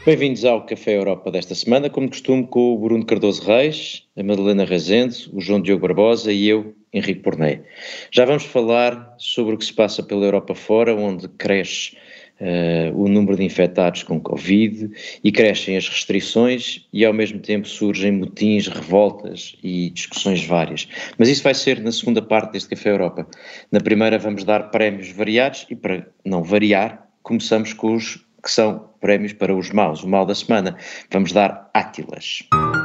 Bem-vindos ao Café Europa desta semana, como de costume, com o Bruno Cardoso Reis, a Madalena Rezende, o João Diogo Barbosa e eu, Henrique Pornei. Já vamos falar sobre o que se passa pela Europa fora, onde cresce o número de infectados com Covid e crescem as restrições e ao mesmo tempo surgem motins, revoltas e discussões várias. Mas isso vai ser na segunda parte deste Café Europa. Na primeira vamos dar prémios variados e, para não variar, começamos com os que são prémios para os maus, o mal da semana. Vamos dar Átilas.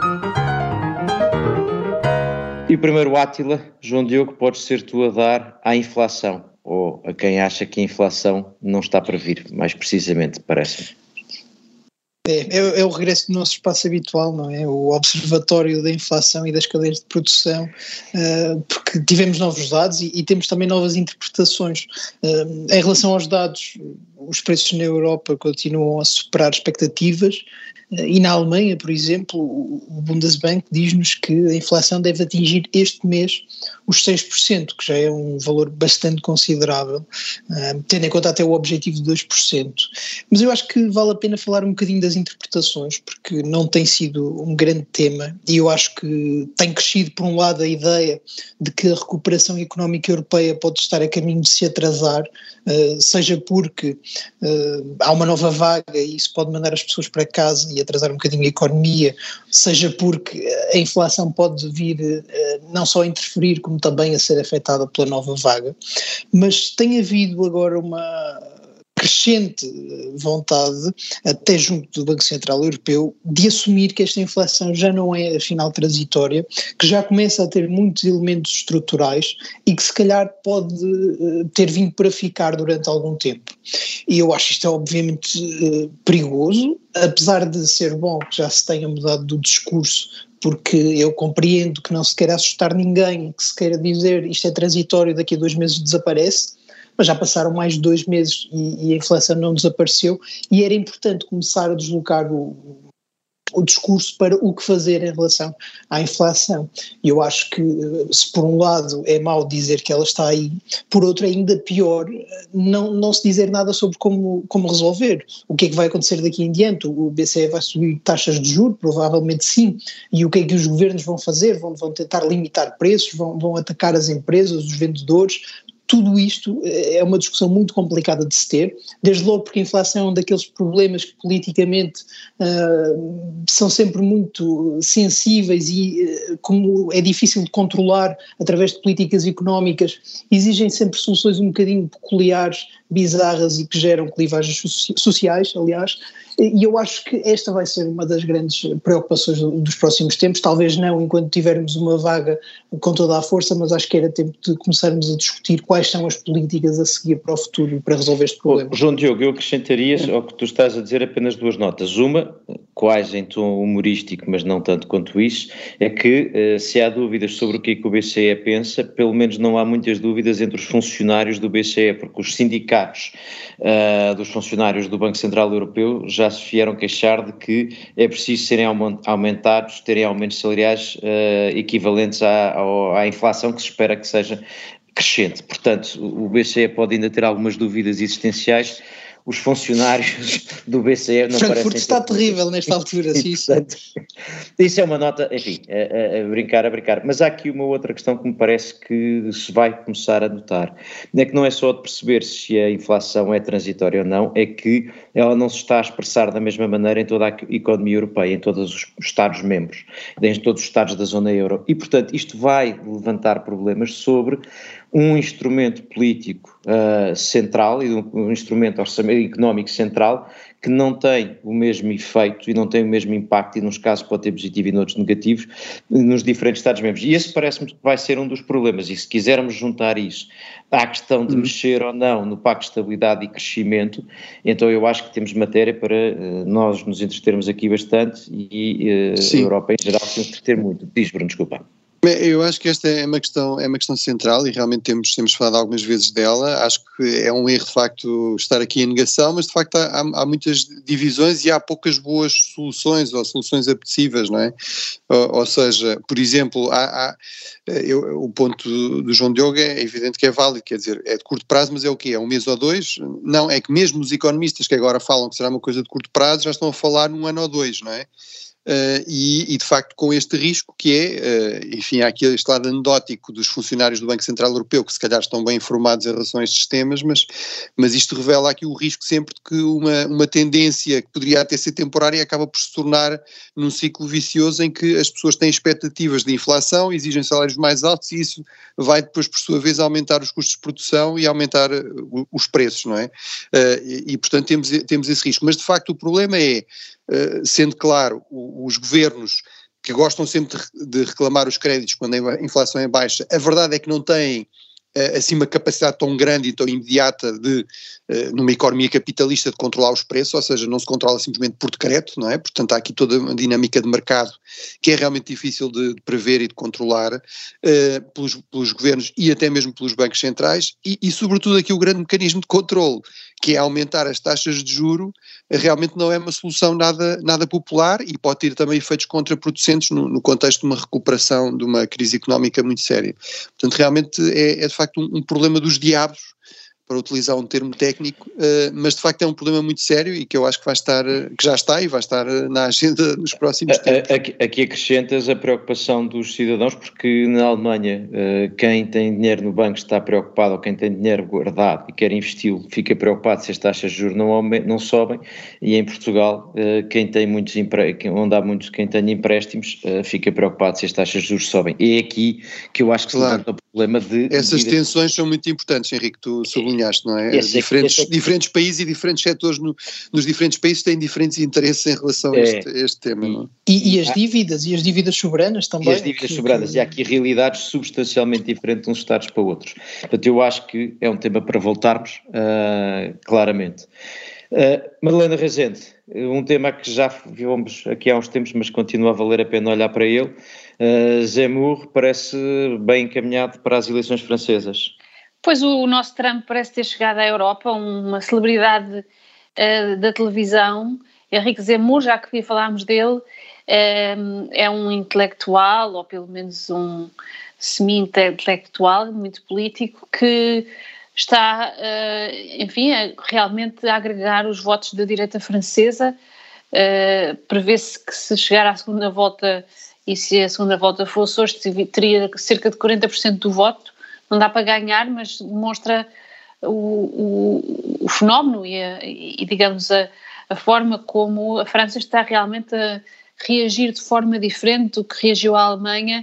E o primeiro Átila, João Diogo, podes ser tu a dar à inflação, ou a quem acha que a inflação não está para vir, mais precisamente, parece-me. É o regresso do nosso espaço habitual, não é? O observatório da inflação e das cadeias de produção, porque tivemos novos dados e temos também novas interpretações. Em relação aos dados, os preços na Europa continuam a superar expectativas e na Alemanha, por exemplo, o Bundesbank diz-nos que a inflação deve atingir este mês os 6%, que já é um valor bastante considerável, tendo em conta até o objetivo de 2%. Mas eu acho que vale a pena falar um bocadinho das interpretações, porque não tem sido um grande tema e eu acho que tem crescido, por um lado, a ideia de que a recuperação económica europeia pode estar a caminho de se atrasar, seja porque há uma nova vaga e isso pode mandar as pessoas para casa e atrasar um bocadinho a economia, seja porque a inflação pode vir não só a interferir como também a ser afetada pela nova vaga, mas tem havido agora uma crescente vontade, até junto do Banco Central Europeu, de assumir que esta inflação já não é afinal transitória, que já começa a ter muitos elementos estruturais e que se calhar pode ter vindo para ficar durante algum tempo. E eu acho isto obviamente perigoso, apesar de ser bom que já se tenha mudado do discurso, porque eu compreendo que não se queira assustar ninguém, que se queira dizer isto é transitório, daqui a 2 meses desaparece, mas já passaram mais de 2 meses e a inflação não desapareceu e era importante começar a deslocar o discurso para o que fazer em relação à inflação. E eu acho que se por um lado é mau dizer que ela está aí, por outro é ainda pior não se dizer nada sobre como resolver. O que é que vai acontecer daqui em diante? O BCE vai subir taxas de juros? Provavelmente sim. E o que é que os governos vão fazer? Vão tentar limitar preços? Vão atacar as empresas, os vendedores? Tudo isto é uma discussão muito complicada de se ter, desde logo porque a inflação é um daqueles problemas que politicamente são sempre muito sensíveis e como é difícil de controlar através de políticas económicas, exigem sempre soluções um bocadinho peculiares, bizarras e que geram clivagens sociais, aliás, e eu acho que esta vai ser uma das grandes preocupações dos próximos tempos, talvez não enquanto tivermos uma vaga com toda a força, mas acho que era tempo de começarmos a discutir quais são as políticas a seguir para o futuro para resolver este problema. João Diogo, eu acrescentaria ao que tu estás a dizer apenas 2 notas. Uma, quase em tom humorístico, mas não tanto quanto isso, é que se há dúvidas sobre o que é que o BCE pensa, pelo menos não há muitas dúvidas entre os funcionários do BCE, porque os sindicatos dos funcionários do Banco Central Europeu já se vieram queixar de que é preciso serem aumentados, terem aumentos salariais equivalentes à inflação que se espera que seja crescente. Portanto, o BCE pode ainda ter algumas dúvidas existenciais. Os funcionários do BCE não Frankfurt parecem... está terrível nesta altura, sim. Portanto, isso é uma nota, enfim, a brincar. Mas há aqui uma outra questão que me parece que se vai começar a notar. É que não é só de perceber se a inflação é transitória ou não, é que ela não se está a expressar da mesma maneira em toda a economia europeia, em todos os Estados-membros, em todos os Estados da zona euro. E, portanto, isto vai levantar problemas sobre um instrumento político central e um instrumento económico central que não tem o mesmo efeito e não tem o mesmo impacto, e nos casos pode ter positivo e noutros negativos, nos diferentes Estados-membros. E esse parece-me que vai ser um dos problemas, e se quisermos juntar isso à questão de mexer ou não no Pacto de Estabilidade e Crescimento, então eu acho que temos matéria para nós nos entretermos aqui bastante e a Europa em geral se entreter muito. Diz, Bruno, desculpa. Eu acho que esta é uma questão central e realmente temos falado algumas vezes dela. Acho que é um erro de facto estar aqui em negação, mas de facto há muitas divisões e há poucas boas soluções ou soluções apetecíveis, não é? Ou seja, por exemplo, o ponto do João Diogo é evidente que é válido, quer dizer, é de curto prazo, mas é o quê? É um mês ou dois? Não, é que mesmo os economistas que agora falam que será uma coisa de curto prazo já estão a falar num ano ou dois, não é? E de facto com este risco que é, enfim, há aqui este lado anedótico dos funcionários do Banco Central Europeu que se calhar estão bem informados em relação a estes temas, mas isto revela aqui o risco sempre de que uma tendência que poderia até ser temporária acaba por se tornar num ciclo vicioso em que as pessoas têm expectativas de inflação, exigem salários mais altos e isso vai depois por sua vez aumentar os custos de produção e aumentar os preços, não é? E portanto temos esse risco, mas de facto o problema é, sendo claro, os governos que gostam sempre de reclamar os créditos quando a inflação é baixa, a verdade é que não têm assim uma capacidade tão grande e tão imediata numa economia capitalista de controlar os preços, ou seja, não se controla simplesmente por decreto, não é? Portanto há aqui toda uma dinâmica de mercado que é realmente difícil de prever e de controlar pelos governos e até mesmo pelos bancos centrais e sobretudo aqui o grande mecanismo de controle, que é aumentar as taxas de juro, realmente não é uma solução nada popular e pode ter também efeitos contraproducentes no contexto de uma recuperação de uma crise económica muito séria. Portanto, realmente é de facto um problema dos diabos, para utilizar um termo técnico, mas de facto é um problema muito sério e que eu acho que que já está e vai estar na agenda nos próximos tempos. Aqui acrescentas a preocupação dos cidadãos, porque na Alemanha quem tem dinheiro no banco está preocupado, ou quem tem dinheiro guardado e quer investi-lo fica preocupado se as taxas de juros não sobem, e em Portugal quem tem quem tem empréstimos fica preocupado se as taxas de juros sobem. É aqui que eu acho que se levanta o problema de... Essas tensões são muito importantes, Henrique, tu sublinhaste, não é? Diferentes países e diferentes setores nos diferentes países têm diferentes interesses em relação a este tema, não é? E as dívidas soberanas também. E as dívidas soberanas, e há aqui realidades substancialmente diferentes de uns Estados para outros. Portanto, eu acho que é um tema para voltarmos, claramente. Madalena Rezende, um tema que já vimos aqui há uns tempos, mas continua a valer a pena olhar para ele. Zemmour parece bem encaminhado para as eleições francesas. Pois o nosso Trump parece ter chegado à Europa, uma celebridade da televisão. Henrique Zemmour, já que falámos dele, é um intelectual, ou pelo menos um semi-intelectual, muito político, que está, enfim, realmente a agregar os votos da direita francesa. Prevê-se que se chegar à segunda volta, e se a segunda volta fosse hoje, teria cerca de 40% do voto. Não dá para ganhar, mas demonstra o fenómeno e digamos, a forma como a França está realmente a reagir de forma diferente do que reagiu a Alemanha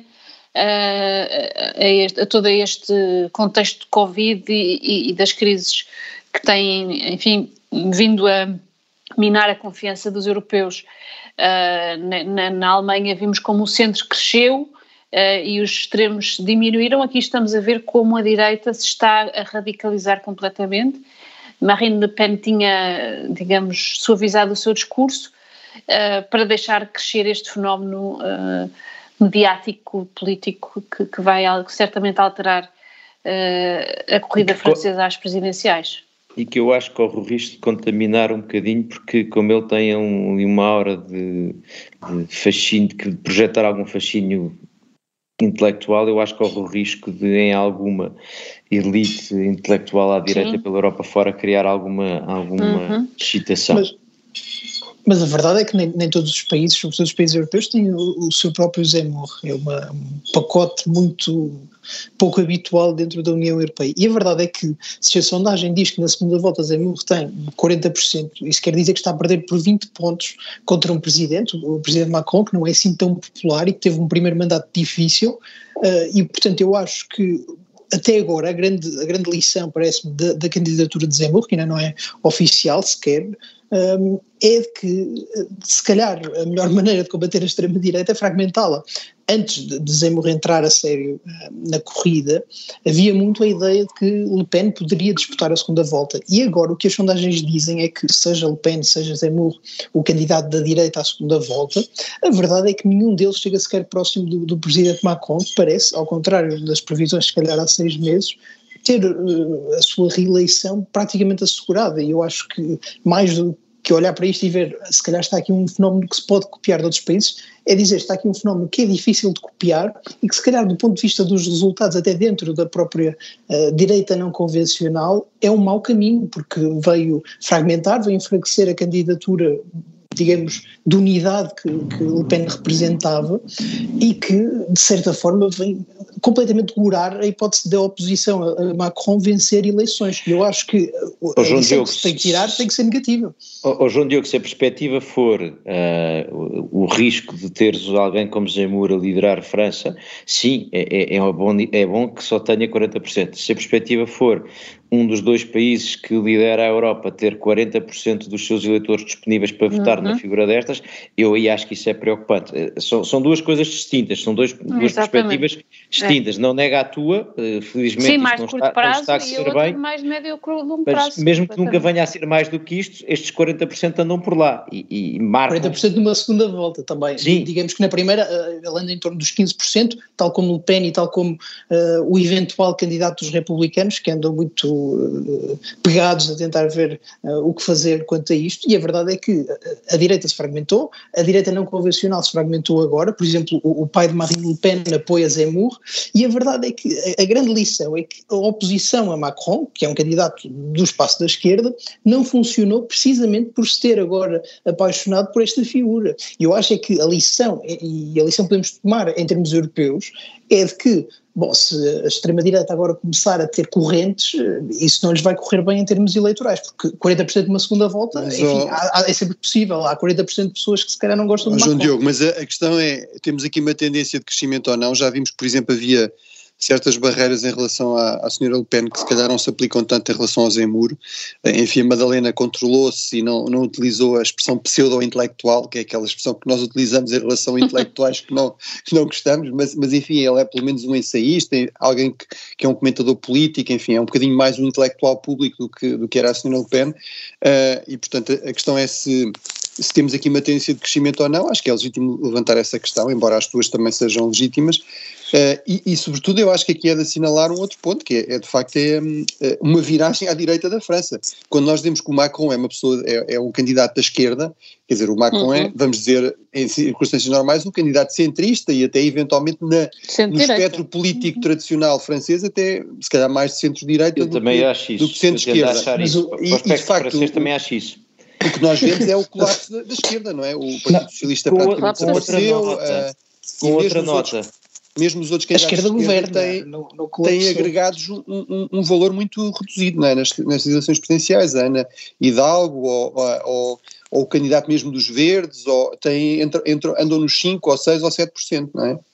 a todo este contexto de Covid e das crises que têm, enfim, vindo a minar a confiança dos europeus. Na Alemanha vimos como o centro cresceu e os extremos diminuíram. Aqui estamos a ver como a direita se está a radicalizar completamente. Marine Le Pen tinha, digamos, suavizado o seu discurso para deixar crescer este fenómeno mediático, político, que vai certamente alterar a corrida francesa às presidenciais. E que eu acho que corre o risco de contaminar um bocadinho, porque como ele tem uma aura de fascínio, de projetar algum fascínio intelectual, eu acho que corre o risco de, em alguma elite intelectual à direita, sim, pela Europa fora, criar alguma excitação. Mas a verdade é que nem todos os países, sobretudo os países europeus, têm o seu próprio Zemmour. É um pacote muito pouco habitual dentro da União Europeia. E a verdade é que, se a sondagem diz que na segunda volta Zemmour tem 40%, isso quer dizer que está a perder por 20 pontos contra um presidente, o presidente Macron, que não é assim tão popular e que teve um primeiro mandato difícil, e portanto eu acho que até agora a grande lição, parece-me, da candidatura de Zemmour, que ainda não é oficial sequer, é de que, se calhar, a melhor maneira de combater a extrema-direita é fragmentá-la. antes de Zemmour entrar a sério na corrida, havia muito a ideia de que Le Pen poderia disputar a segunda volta. E agora o que as sondagens dizem é que seja Le Pen, seja Zemmour o candidato da direita à segunda volta, a verdade é que nenhum deles chega sequer próximo do presidente Macron, que parece, ao contrário das previsões se calhar há 6 meses, ter a sua reeleição praticamente assegurada. E eu acho que mais do que olhar para isto e ver, se calhar está aqui um fenómeno que se pode copiar de outros países, é dizer, está aqui um fenómeno que é difícil de copiar e que se calhar do ponto de vista dos resultados até dentro da própria direita não convencional é um mau caminho, porque veio fragmentar, veio enfraquecer a candidatura, digamos, de unidade que Le Pen representava e que, de certa forma, vem completamente segurar a hipótese da oposição a Macron vencer eleições. E eu acho que a lição que se tem que tirar tem que ser negativa. João Diogo, se a perspectiva for o risco de teres alguém como Zemmour a liderar a França, sim, é bom que só tenha 40%. Se a perspectiva for um dos 2 países que lidera a Europa ter 40% dos seus eleitores disponíveis para votar na figura destas, eu aí acho que isso é preocupante. São 2 coisas distintas, são duas perspectivas distintas. Não nega a tua, felizmente. Sim, mais de curto prazo está a ser e a outra bem, mais de médio e longo prazo. Mas mesmo que nunca venha a ser mais do que isto, estes 40% andam por lá e marcam. 40% numa segunda volta também. Sim. Digamos que na primeira ele anda em torno dos 15%, tal como Le Pen e tal como o eventual candidato dos republicanos, que andam muito pegados a tentar ver o que fazer quanto a isto, e a verdade é que a direita se fragmentou, a direita não convencional se fragmentou agora, por exemplo, o pai de Marine Le Pen apoia Zemmour, e a verdade é que a grande lição é que a oposição a Macron, que é um candidato do espaço da esquerda, não funcionou precisamente por se ter agora apaixonado por esta figura. E eu acho é que a lição, e a lição que podemos tomar em termos europeus, é de que, bom, se a extrema-direita agora começar a ter correntes, isso não lhes vai correr bem em termos eleitorais, porque 40% de uma segunda volta, mas, enfim, é sempre possível, há 40% de pessoas que se calhar não gostam de Macron. João Diogo, mas a questão é, temos aqui uma tendência de crescimento ou não, já vimos que, por exemplo, havia certas barreiras em relação à senhora Le Pen que se calhar não se aplicam tanto em relação ao Zemmour. Enfim, a Madalena controlou-se e não utilizou a expressão pseudo-intelectual, que é aquela expressão que nós utilizamos em relação a intelectuais que não gostamos, mas enfim, ele é pelo menos um ensaísta, alguém que é um comentador político, enfim, é um bocadinho mais um intelectual público do que era a senhora Le Pen, e portanto a questão é se temos aqui uma tendência de crescimento ou não. Acho que é legítimo levantar essa questão, embora as tuas também sejam legítimas, e sobretudo eu acho que aqui é de assinalar um outro ponto, que é de facto uma viragem à direita da França. Quando nós dizemos que o Macron é uma pessoa, é um candidato da esquerda, quer dizer, o Macron é, vamos dizer, em circunstâncias normais, um candidato centrista e até eventualmente no espectro político tradicional francês, até se calhar mais de centro-direita do que centro-esquerda. E de facto, também acho isso. O que nós vemos é o colapso da esquerda, não é? O Partido Socialista praticamente desapareceu. Com outra nota. Mesmo os outros candidatos de esquerda têm agregados um valor muito reduzido, não é? Nas eleições presidenciais. A Ana Hidalgo ou o candidato mesmo dos Verdes andam nos 5% ou 6% ou 7%, não é?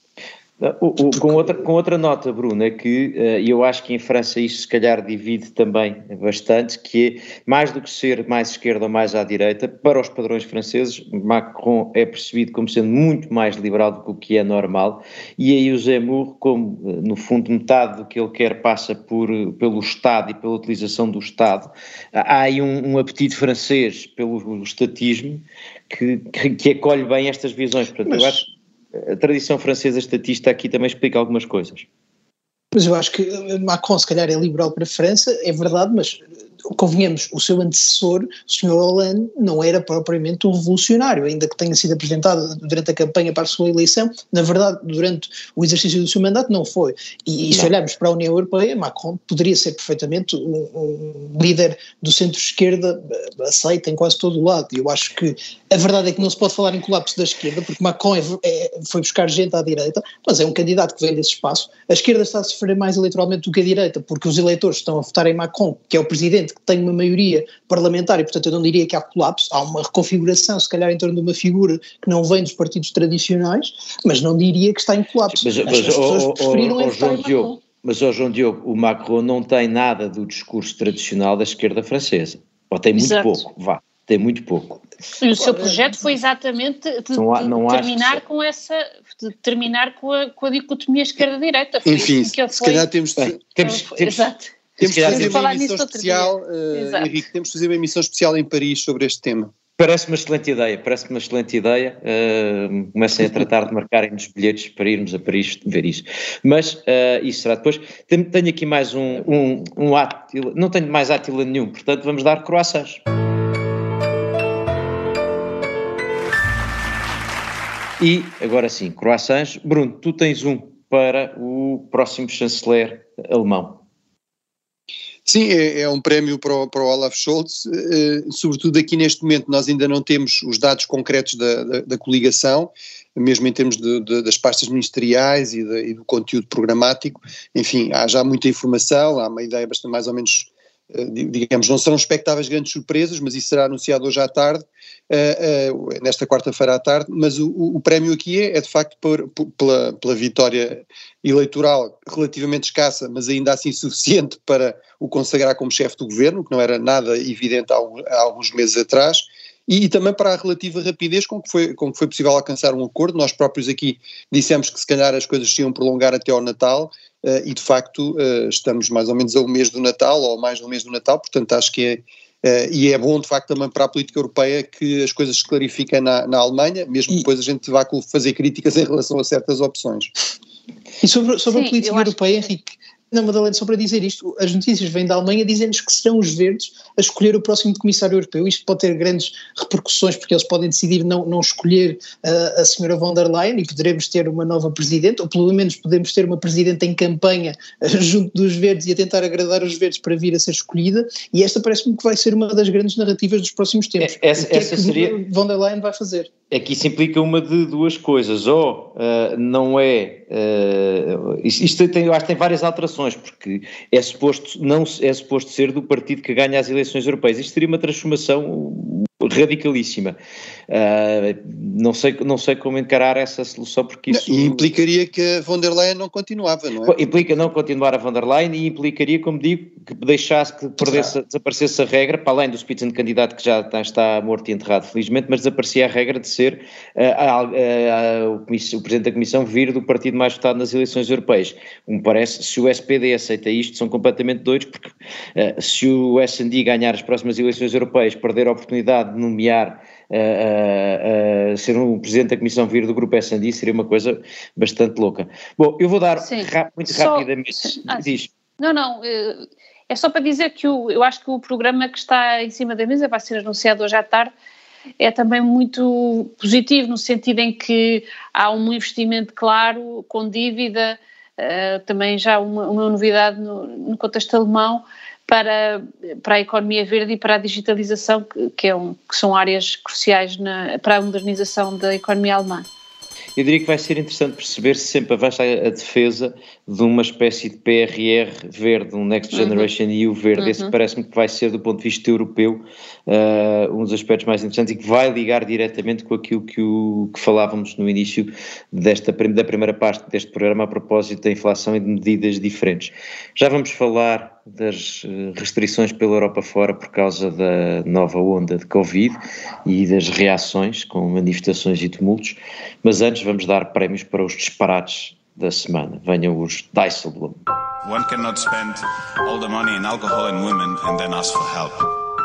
Com outra nota, Bruno, é que eu acho que em França isso se calhar divide também bastante, que é, mais do que ser mais esquerda ou mais à direita, para os padrões franceses, Macron é percebido como sendo muito mais liberal do que o que é normal, e aí o Zemmour, como no fundo metade do que ele quer passa pelo Estado e pela utilização do Estado, há aí um apetite francês pelo estatismo que acolhe bem estas visões. Portanto, eu acho a tradição francesa estatista aqui também explica algumas coisas. Mas eu acho que Macron se calhar é liberal para a França, é verdade, mas convenhamos, o seu antecessor, o Sr. Hollande, não era propriamente um revolucionário, ainda que tenha sido apresentado durante a campanha para a sua eleição, na verdade, durante o exercício do seu mandato não foi. E se olharmos para a União Europeia, Macron poderia ser perfeitamente um líder do centro-esquerda aceito em quase todo o lado. E eu acho que a verdade é que não se pode falar em colapso da esquerda, porque Macron foi buscar gente à direita, mas é um candidato que vem desse espaço. A esquerda está a sofrer mais eleitoralmente do que a direita, porque os eleitores estão a votar em Macron, que é o presidente que tem uma maioria parlamentar, e portanto eu não diria que há colapso, há uma reconfiguração se calhar em torno de uma figura que não vem dos partidos tradicionais, mas não diria que está em colapso. As pessoas preferiram votar em Macron. Mas, João Diogo, o Macron não tem nada do discurso tradicional da esquerda francesa, ou tem muito pouco, tem muito pouco. E o seu projeto foi exatamente terminar com a dicotomia esquerda-direita. Enfim, se calhar temos exato. Temos de fazer uma emissão especial, Henrique, temos de fazer uma emissão especial em Paris sobre este tema. Parece-me uma excelente ideia, comecem a tratar de marcarem-nos bilhetes para irmos a Paris ver isso, mas isso será depois. Tenho aqui mais um Átila, não tenho mais Átila nenhum, portanto vamos dar croissants. E agora sim, croissants. Bruno, tu tens um para o próximo chanceler alemão. Sim, é um prémio para o Olaf Scholz, sobretudo aqui neste momento nós ainda não temos os dados concretos da coligação, mesmo em termos das pastas ministeriais e do conteúdo programático. Enfim, há já muita informação, há uma ideia bastante mais ou menos, digamos, não serão expectáveis grandes surpresas, mas isso será anunciado hoje à tarde, nesta quarta-feira à tarde, mas o prémio aqui é de facto pela vitória eleitoral relativamente escassa, mas ainda assim suficiente para o consagrar como chefe do governo, que não era nada evidente há alguns meses atrás, e também para a relativa rapidez com que foi possível alcançar um acordo. Nós próprios aqui dissemos que se calhar as coisas se iam prolongar até ao Natal, e de facto estamos mais ou menos a um mês do Natal, ou mais de um mês do Natal, portanto acho que e é bom de facto também para a política europeia que as coisas se clarifiquem na Alemanha, mesmo que depois a gente vá fazer críticas em relação a certas opções. E sobre a política europeia, Henrique, não, Madalena, só para dizer isto, as notícias vêm da Alemanha dizendo-nos que serão os verdes a escolher o próximo comissário europeu. Isto pode ter grandes repercussões porque eles podem decidir não escolher a senhora von der Leyen e poderemos ter uma nova presidente, ou pelo menos podemos ter uma presidente em campanha junto dos verdes e a tentar agradar os verdes para vir a ser escolhida, e esta parece-me que vai ser uma das grandes narrativas dos próximos tempos. Essa seria... von der Leyen vai fazer? Aqui se implica uma de duas coisas, ou não é, isto eu acho que tem várias alterações, porque é suposto ser do partido que ganha as eleições europeias. Isto seria uma transformação radicalíssima. Não sei como encarar essa solução, porque isso... E implicaria que a von der Leyen não continuava, não é? Implica não continuar a von der Leyen e implicaria, como digo, que desaparecesse a regra, para além do Spitzenkandidat que já está morto e enterrado, felizmente, mas desaparecia a regra de ser o Presidente da Comissão vir do partido mais votado nas eleições europeias. Me parece, se o SPD aceita isto, são completamente doidos, porque se o S&D ganhar as próximas eleições europeias, perder a oportunidade de nomear ser um Presidente da Comissão vir do grupo S&D seria uma coisa bastante louca. Bom, eu vou dar rapidamente... Diz. Não, é só para dizer que eu acho que o programa que está em cima da mesa vai ser anunciado hoje à tarde, é também muito positivo no sentido em que há um investimento claro, com dívida, também já uma novidade no contexto alemão, para a economia verde e para a digitalização, que são áreas cruciais para a modernização da economia alemã. Eu diria que vai ser interessante perceber se sempre vai estar a defesa de uma espécie de PRR verde, um Next Generation EU verde. Esse parece-me que vai ser, do ponto de vista europeu, um dos aspectos mais interessantes e que vai ligar diretamente com aquilo que falávamos no início da primeira parte deste programa a propósito da inflação e de medidas diferentes. Já vamos falar das restrições pela Europa fora por causa da nova onda de Covid e das reações com manifestações e tumultos, mas antes vamos dar prémios para os disparates da semana. Venham os Dijsselbloem. One cannot spend all the money in alcohol and women and then ask for help.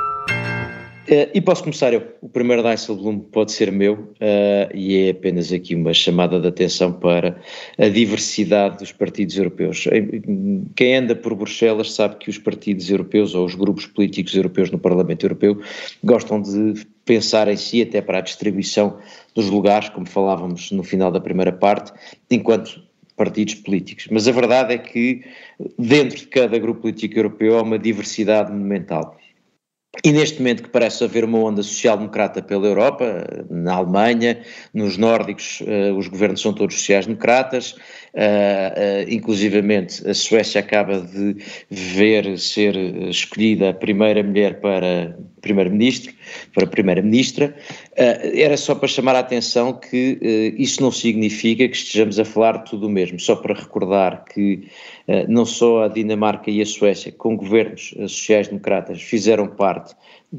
E posso começar eu. O primeiro Dijsselbloem pode ser meu, e é apenas aqui uma chamada de atenção para a diversidade dos partidos europeus. Quem anda por Bruxelas sabe que os partidos europeus ou os grupos políticos europeus no Parlamento Europeu gostam de pensar em si até para a distribuição dos lugares, como falávamos no final da primeira parte, enquanto partidos políticos. Mas a verdade é que dentro de cada grupo político europeu há uma diversidade monumental. E neste momento que parece haver uma onda social-democrata pela Europa, na Alemanha, nos nórdicos, os governos são todos sociais-democratas, inclusivamente a Suécia acaba de ver ser escolhida a primeira mulher para Primeiro-Ministro, para a Primeira-Ministra, era só para chamar a atenção que isso não significa que estejamos a falar de tudo o mesmo, só para recordar que não só a Dinamarca e a Suécia, com governos sociais-democratas, fizeram parte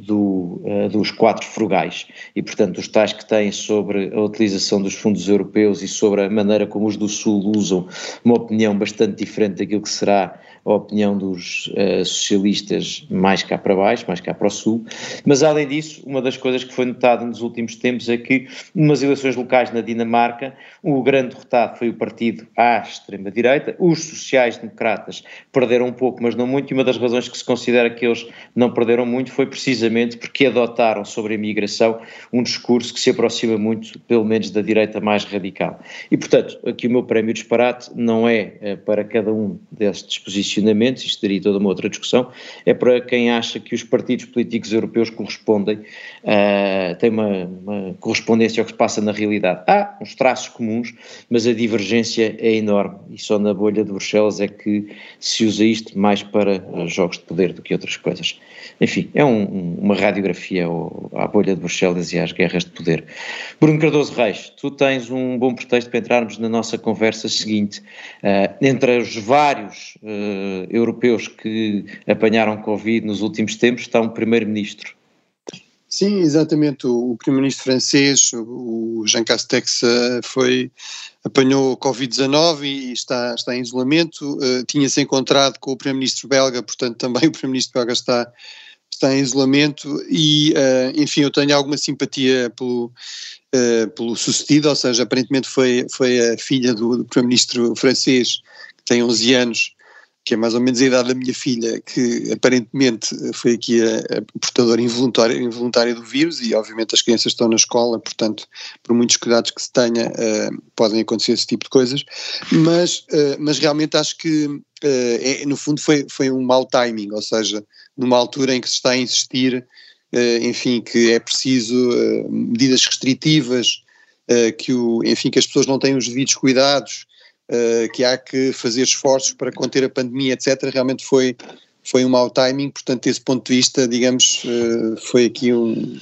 dos 4 frugais e, portanto, os tais que têm sobre a utilização dos fundos europeus e sobre a maneira como os do Sul usam uma opinião bastante diferente daquilo que será a opinião dos socialistas mais cá para baixo, mais cá para o Sul. Mas, além disso, uma das coisas que foi notada nos últimos tempos é que, numas eleições locais na Dinamarca, o grande derrotado foi o partido à extrema-direita, os sociais-democratas perderam um pouco, mas não muito, e uma das razões que se considera que eles não perderam muito foi precisamente porque adotaram sobre a imigração um discurso que se aproxima muito, pelo menos, da direita mais radical. E, portanto, aqui o meu prémio disparate não é para cada um destes posicionamentos, isto daria toda uma outra discussão, é para quem acha que os partidos políticos europeus correspondem, têm uma correspondência ao que se passa na realidade. Há uns traços comuns, mas a divergência é enorme, e só na bolha de Bruxelas é que se usa isto mais para jogos de poder do que outras coisas. Enfim, é uma radiografia à bolha de Bruxelas e às guerras de poder. Bruno Cardoso Reis, tu tens um bom pretexto para entrarmos na nossa conversa seguinte. Entre os vários europeus que apanharam Covid nos últimos tempos está um primeiro-ministro. Sim, exatamente. O primeiro-ministro francês, o Jean Castex, apanhou Covid-19 e está em isolamento. Tinha-se encontrado com o primeiro-ministro belga, portanto também o primeiro-ministro belga está em isolamento e, enfim, eu tenho alguma simpatia pelo sucedido, ou seja, aparentemente foi a filha do primeiro-ministro francês, que tem 11 anos, que é mais ou menos a idade da minha filha, que aparentemente foi aqui a portadora involuntária do vírus, e obviamente as crianças estão na escola, portanto, por muitos cuidados que se tenha, podem acontecer esse tipo de coisas, mas realmente acho que, no fundo, foi um mau timing, ou seja, numa altura em que se está a insistir, enfim, que é preciso medidas restritivas, que as pessoas não têm os devidos cuidados, que há que fazer esforços para conter a pandemia, etc. Realmente foi um mau timing, portanto, desse ponto de vista, digamos, foi aqui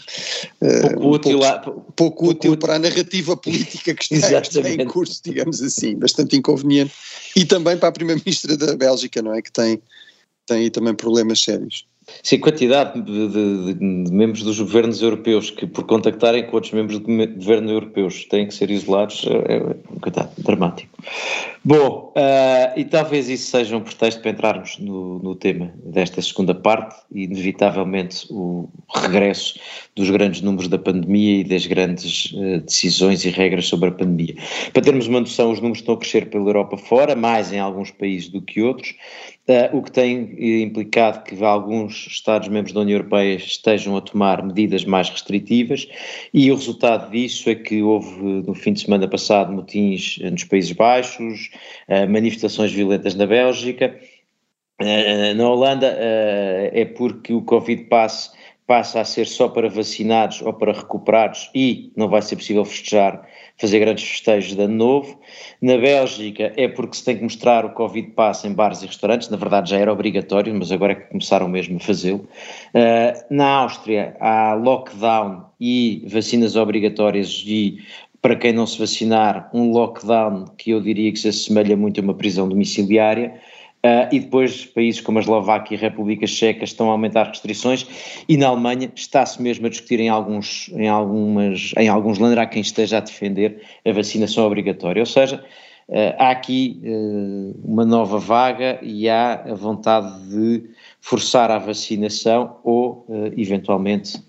pouco útil para a narrativa política que está em curso, digamos assim, bastante inconveniente, e também para a primeira-ministra da Bélgica, não é, que tem aí também problemas sérios. Sim, a quantidade de membros dos governos europeus que, por contactarem com outros membros de governo europeus, têm que ser isolados, é um bocado dramático. Bom, e talvez isso seja um pretexto para entrarmos no tema desta segunda parte, e inevitavelmente o regresso dos grandes números da pandemia e das grandes decisões e regras sobre a pandemia. Para termos uma noção, os números estão a crescer pela Europa fora, mais em alguns países do que outros, o que tem implicado que alguns Estados-membros da União Europeia estejam a tomar medidas mais restritivas, e o resultado disso é que houve, no fim de semana passado, motins nos Países Baixos, manifestações violentas na Bélgica. Na Holanda é porque o Covid passa a ser só para vacinados ou para recuperados e não vai ser possível fazer grandes festejos de ano novo. Na Bélgica é porque se tem que mostrar o Covid Pass em bares e restaurantes, na verdade já era obrigatório, mas agora é que começaram mesmo a fazê-lo. Na Áustria há lockdown e vacinas obrigatórias, e para quem não se vacinar, um lockdown que eu diria que se assemelha muito a uma prisão domiciliária. E depois países como a Eslováquia e a República Checa estão a aumentar restrições, e na Alemanha está-se mesmo a discutir em alguns länder, há quem esteja a defender a vacinação obrigatória, ou seja, há aqui uma nova vaga e há a vontade de forçar a vacinação ou eventualmente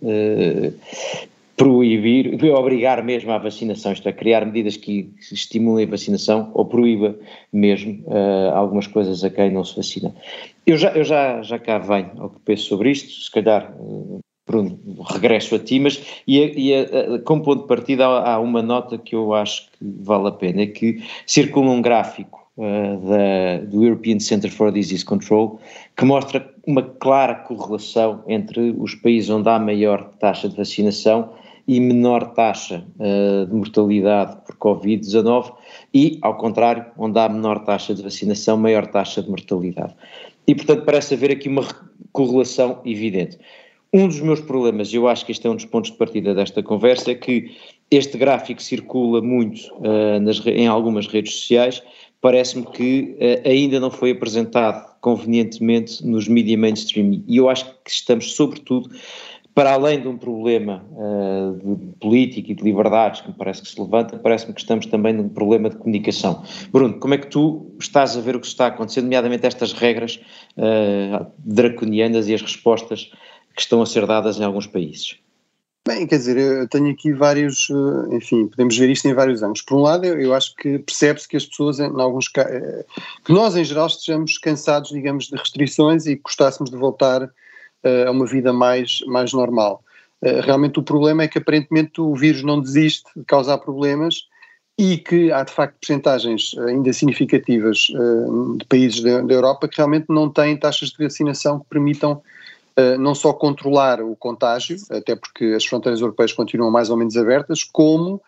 proibir, obrigar mesmo à vacinação, isto é, criar medidas que estimulem a vacinação ou proíba mesmo algumas coisas a quem não se vacina. Eu já cá venho ao que penso sobre isto, se calhar, Bruno, regresso a ti, mas como ponto de partida há uma nota que eu acho que vale a pena, é que circula um gráfico do European Centre for Disease Control que mostra uma clara correlação entre os países onde há maior taxa de vacinação e menor taxa de mortalidade por Covid-19 e, ao contrário, onde há menor taxa de vacinação, maior taxa de mortalidade. E, portanto, parece haver aqui uma correlação evidente. Um dos meus problemas, e eu acho que este é um dos pontos de partida desta conversa, é que este gráfico circula muito em algumas redes sociais. Parece-me que ainda não foi apresentado convenientemente nos mídia mainstream, e eu acho que estamos, sobretudo, para além de um problema de política e de liberdades que me parece que se levanta, parece-me que estamos também num problema de comunicação. Bruno, como é que tu estás a ver o que está acontecendo, nomeadamente estas regras draconianas e as respostas que estão a ser dadas em alguns países? Bem, quer dizer, eu tenho aqui vários, enfim, podemos ver isto em vários ângulos. Por um lado, eu acho que percebe-se que as pessoas, em alguns casos, que nós em geral estejamos cansados, digamos, de restrições e gostássemos de voltar a uma vida mais normal. Realmente o problema é que aparentemente o vírus não desiste de causar problemas e que há de facto percentagens ainda significativas de países da Europa que realmente não têm taxas de vacinação que permitam não só controlar o contágio, até porque as fronteiras europeias continuam mais ou menos abertas, como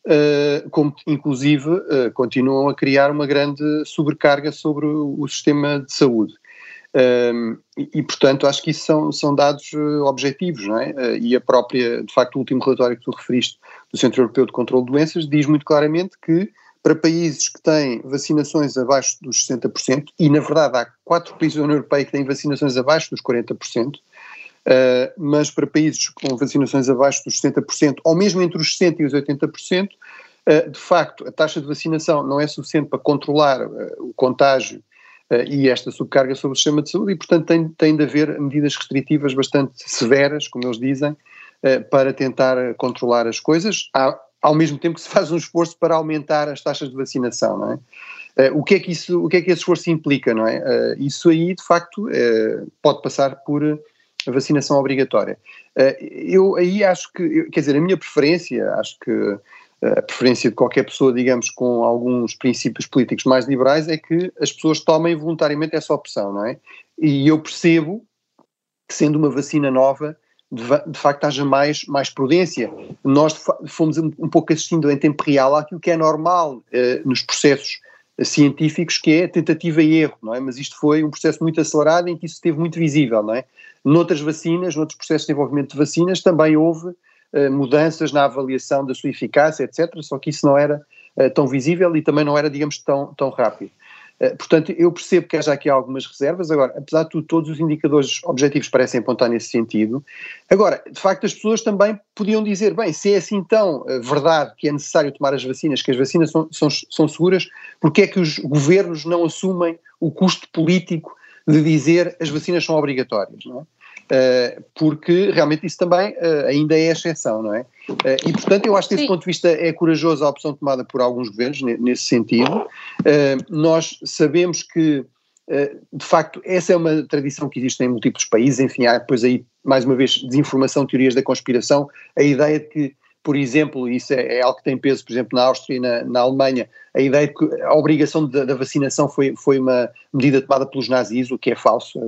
inclusive continuam a criar uma grande sobrecarga sobre o sistema de saúde. E portanto acho que isso são dados objetivos, não é? E a própria, de facto, o último relatório que tu referiste do Centro Europeu de Controlo de Doenças diz muito claramente que para países que têm vacinações abaixo dos 60%, e na verdade há 4 países da União Europeia que têm vacinações abaixo dos 40%, mas para países com vacinações abaixo dos 60%, ou mesmo entre os 60% e os 80%, de facto a taxa de vacinação não é suficiente para controlar o contágio e esta subcarga sobre o sistema de saúde, e portanto tem de haver medidas restritivas bastante severas, como eles dizem, para tentar controlar as coisas, ao mesmo tempo que se faz um esforço para aumentar as taxas de vacinação, não é? O que é que esse esforço implica, não é? Isso aí, de facto, pode passar por a vacinação obrigatória. Eu aí acho que, quer dizer, a minha preferência, acho que a preferência de qualquer pessoa, digamos, com alguns princípios políticos mais liberais, é que as pessoas tomem voluntariamente essa opção, não é? E eu percebo que, sendo uma vacina nova, de facto haja mais prudência. Nós fomos um pouco assistindo em tempo real àquilo que é normal nos processos científicos, que é tentativa e erro, não é? Mas isto foi um processo muito acelerado em que isso esteve muito visível, não é? Noutras vacinas, noutros processos de desenvolvimento de vacinas, também houve mudanças na avaliação da sua eficácia, etc., só que isso não era tão visível e também não era, digamos, tão rápido. Portanto, eu percebo que haja aqui algumas reservas. Agora, apesar de tudo, todos os indicadores objetivos parecem apontar nesse sentido. Agora, de facto, as pessoas também podiam dizer, bem, se é assim tão verdade que é necessário tomar as vacinas, que as vacinas são seguras, porque é que os governos não assumem o custo político de dizer as vacinas são obrigatórias, não é? Porque realmente isso também ainda é exceção, não é? E portanto eu acho que desse ponto de vista é corajosa a opção tomada por alguns governos nesse sentido. Nós sabemos que de facto essa é uma tradição que existe em múltiplos países. Enfim, há depois aí mais uma vez desinformação, teorias da conspiração, a ideia de que, por exemplo, isso é algo que tem peso, por exemplo, na Áustria e na Alemanha, a ideia de que a obrigação da vacinação foi uma medida tomada pelos nazis, o que é falso.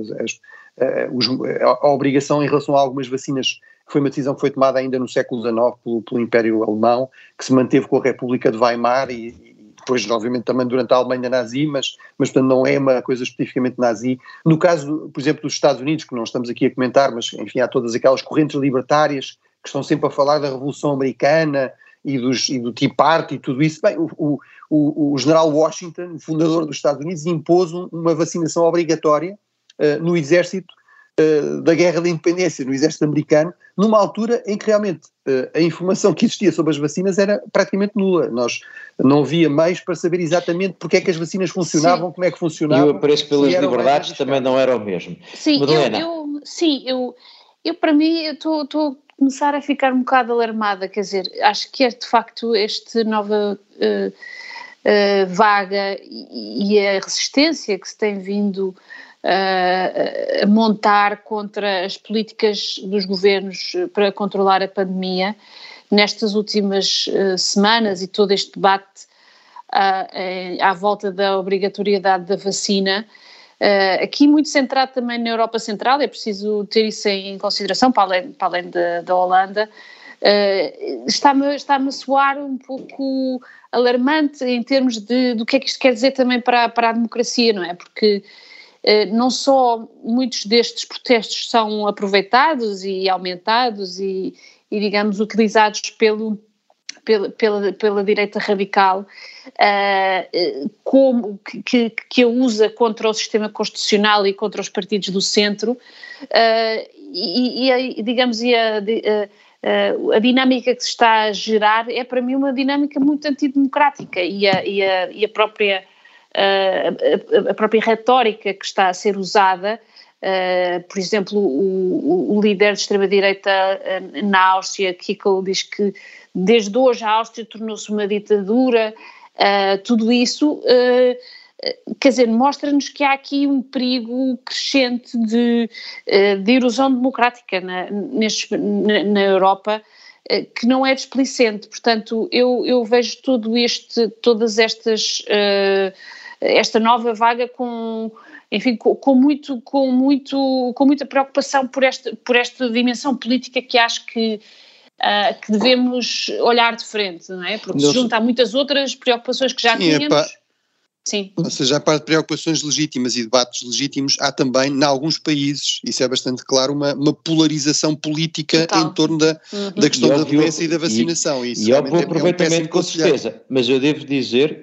A obrigação em relação a algumas vacinas foi uma decisão que foi tomada ainda no século XIX pelo Império Alemão, que se manteve com a República de Weimar e depois, obviamente, também durante a Alemanha nazi, mas portanto não é uma coisa especificamente nazi. No caso, por exemplo, dos Estados Unidos, que não estamos aqui a comentar, mas enfim, há todas aquelas correntes libertárias que estão sempre a falar da Revolução Americana e do Tea Party e tudo isso. Bem, o general Washington, o fundador dos Estados Unidos, impôs uma vacinação obrigatória no exército da Guerra da Independência, no exército americano, numa altura em que realmente a informação que existia sobre as vacinas era praticamente nula. Nós não havia meios para saber exatamente porque é que as vacinas funcionavam, como é que funcionavam. E o apreço pelas liberdades também não era o mesmo. Sim, eu para mim, eu estou a começar a ficar um bocado alarmada, quer dizer, acho que é de facto esta nova vaga e a resistência que se tem vindo a montar contra as políticas dos governos para controlar a pandemia nestas últimas semanas, e todo este debate à volta da obrigatoriedade da vacina, aqui muito centrado também na Europa Central. É preciso ter isso em consideração, para além da Holanda. Está-me a soar um pouco alarmante em termos do que é que isto quer dizer também para a democracia, não é? Porque não só muitos destes protestos são aproveitados e aumentados e digamos, utilizados pela direita radical, como que a usa contra o sistema constitucional e contra os partidos do centro, digamos, a dinâmica que se está a gerar é para mim uma dinâmica muito antidemocrática e a própria retórica que está a ser usada. Por exemplo, o líder de extrema-direita na Áustria, Kickl, diz que desde hoje a Áustria tornou-se uma ditadura. Tudo isso, quer dizer, mostra-nos que há aqui um perigo crescente de erosão democrática na Europa, que não é displicente. Portanto, eu vejo esta nova vaga com muita preocupação por esta dimensão política que acho que devemos olhar de frente, não é? Porque se junta a muitas outras preocupações que já tínhamos. Sim. Ou seja, a parte de preocupações legítimas e debates legítimos, há também, em alguns países, isso é bastante claro, uma polarização política em torno da questão da doença e da vacinação. E óbvio aproveitamento, com certeza. Mas eu devo dizer,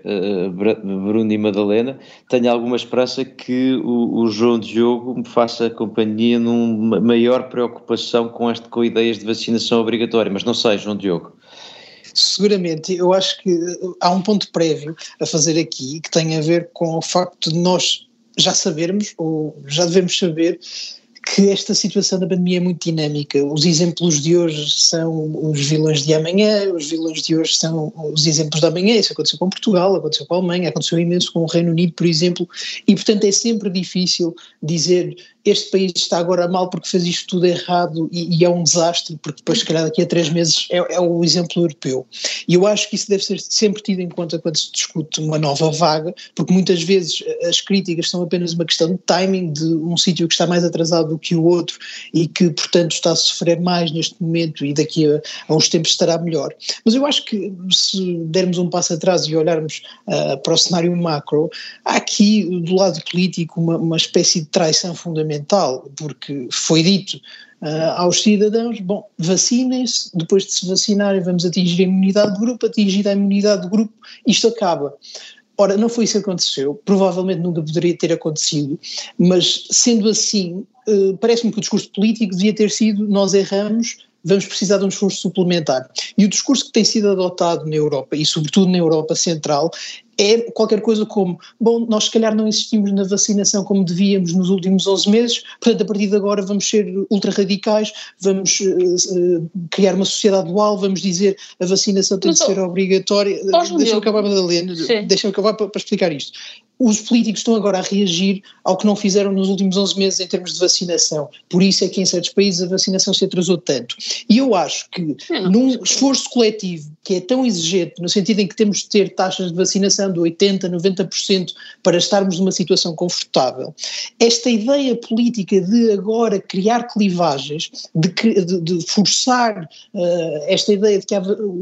Bruno e Madalena, tenho alguma esperança que o João Diogo me faça companhia numa maior preocupação com ideias de vacinação obrigatória. Mas não sei, João Diogo. Seguramente, eu acho que há um ponto prévio a fazer aqui que tem a ver com o facto de nós já sabermos, ou já devemos saber, que esta situação da pandemia é muito dinâmica. Os exemplos de hoje são os vilões de amanhã, os vilões de hoje são os exemplos de amanhã. Isso aconteceu com Portugal, aconteceu com a Alemanha, aconteceu imenso com o Reino Unido, por exemplo, e portanto é sempre difícil dizer este país está agora mal porque fez isto tudo errado e é um desastre, porque depois se calhar daqui a 3 meses é o exemplo europeu. E eu acho que isso deve ser sempre tido em conta quando se discute uma nova vaga, porque muitas vezes as críticas são apenas uma questão de timing, de um sítio que está mais atrasado do que o outro e que portanto está a sofrer mais neste momento e daqui a uns tempos estará melhor. Mas eu acho que se dermos um passo atrás e olharmos para o cenário macro, há aqui do lado político uma espécie de traição fundamental, porque foi dito aos cidadãos, bom, vacinem-se, depois de se vacinarem vamos atingir a imunidade de grupo, atingida a imunidade de grupo, isto acaba. Ora, não foi isso que aconteceu, provavelmente nunca poderia ter acontecido, mas sendo assim, parece-me que o discurso político devia ter sido nós erramos, vamos precisar de um esforço suplementar. E o discurso que tem sido adotado na Europa, e sobretudo na Europa Central, é qualquer coisa como, bom, nós se calhar não insistimos na vacinação como devíamos nos últimos 11 meses, portanto a partir de agora vamos ser ultra-radicais, vamos criar uma sociedade dual, vamos dizer a vacinação tem de ser obrigatória. Deixa-me acabar, Madalena, deixa-me acabar para explicar isto. Os políticos estão agora a reagir ao que não fizeram nos últimos 11 meses em termos de vacinação. Por isso é que em certos países a vacinação se atrasou tanto. E eu acho que num esforço coletivo que é tão exigente, no sentido em que temos de ter taxas de vacinação de 80%, 90% para estarmos numa situação confortável, esta ideia política de agora criar clivagens, de forçar esta ideia de que há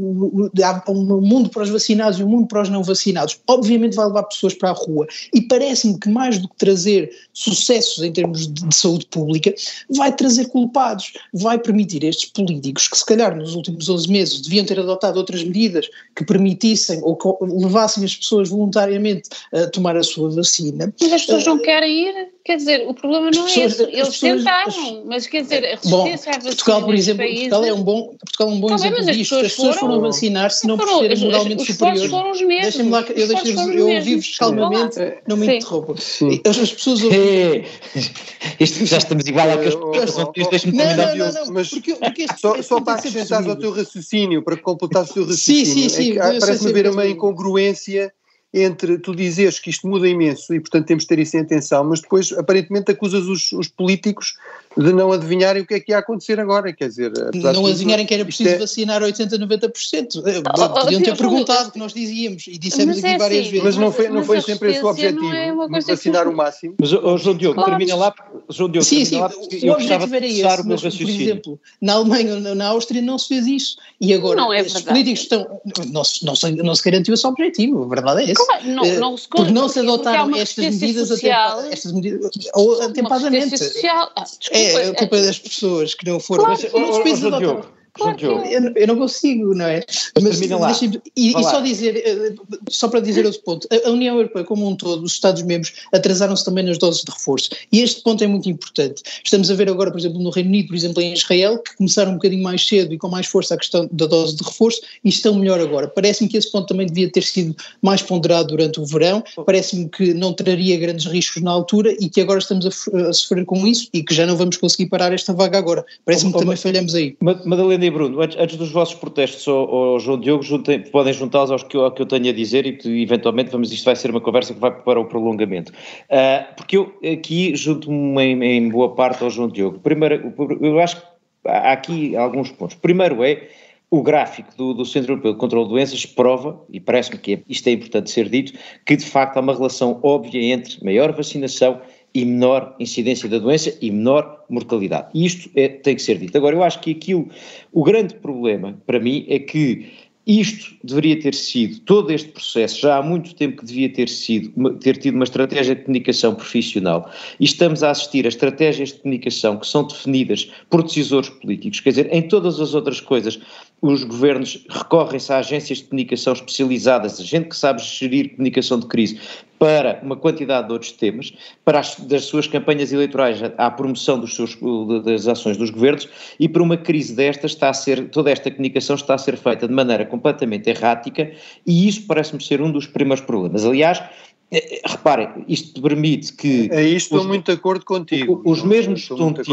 um mundo para os vacinados e um mundo para os não vacinados, obviamente vai levar pessoas para a rua. E parece-me que mais do que trazer sucessos em termos de saúde pública, vai trazer culpados, vai permitir estes políticos que se calhar nos últimos 11 meses deviam ter adotado outras medidas que permitissem ou que levassem as pessoas voluntariamente a tomar a sua vacina. Mas as pessoas não querem ir, quer dizer, o problema não é esse, eles tentaram, mas quer dizer, a resistência à vacina. Portugal, por exemplo, Portugal é um bom exemplo disto, as pessoas foram vacinar-se não por serem moralmente superiores. Foram os mesmos. Deixem-me lá, eu ouvi-vos calmamente, não me interrompam. As pessoas isto já estamos igual àqueles que deixem-me terminar. Não, mas só para acrescentar ao teu raciocínio, para completar o teu raciocínio, sim, parece-me haver uma incongruência entre tu dizeres que isto muda imenso e portanto temos de ter isso em atenção, mas depois aparentemente acusas os políticos de não adivinharem o que é que ia acontecer agora, quer dizer... Não adivinharem que era preciso vacinar 80%, 90%. Podiam ter perguntado o que nós dizíamos e dissemos aqui várias vezes. Mas não foi sempre esse o objetivo, vacinar o máximo. Mas, João Diogo, termina lá. João Diogo, sim, o objetivo era esse, mas, por exemplo, na Alemanha ou na Áustria não se fez isso. E agora, os políticos estão... Não se garantiu esse objetivo, a verdade é essa. Claro, porque não se adotaram estas medidas atempadamente. É a culpa das pessoas que não foram. Claro, eu não consigo, não é? Mas só para dizer outro ponto, a União Europeia como um todo, os Estados-membros atrasaram-se também nas doses de reforço, e este ponto é muito importante. Estamos a ver agora, por exemplo, no Reino Unido, por exemplo, em Israel, que começaram um bocadinho mais cedo e com mais força a questão da dose de reforço, e estão melhor agora. Parece-me que esse ponto também devia ter sido mais ponderado durante o verão, parece-me que não traria grandes riscos na altura e que agora estamos a sofrer com isso e que já não vamos conseguir parar esta vaga agora. Parece-me que também falhamos aí. Madalena e Bruno, antes dos vossos protestos ao João Diogo, podem juntá-los ao que eu tenho a dizer e eventualmente isto vai ser uma conversa que vai para o prolongamento. Porque eu aqui junto-me em boa parte ao João Diogo. Primeiro, eu acho que há aqui alguns pontos. Primeiro o gráfico do Centro Europeu de Controlo de Doenças prova, e parece-me que isto é importante ser dito, que de facto há uma relação óbvia entre maior vacinação e menor incidência da doença e menor mortalidade. E isto tem que ser dito. Agora, eu acho que o grande problema para mim é que isto deveria ter sido, todo este processo, já há muito tempo que devia ter tido uma estratégia de comunicação profissional, e estamos a assistir a estratégias de comunicação que são definidas por decisores políticos, quer dizer, em todas as outras coisas, os governos recorrem-se a agências de comunicação especializadas, a gente que sabe gerir comunicação de crise, para uma quantidade de outros temas, das suas campanhas eleitorais à promoção das ações dos governos, e para uma crise destas toda esta comunicação está a ser feita de maneira completamente errática, e isso parece-me ser um dos primeiros problemas. Aliás, reparem, isto permite que... estou muito de acordo contigo. Os mesmos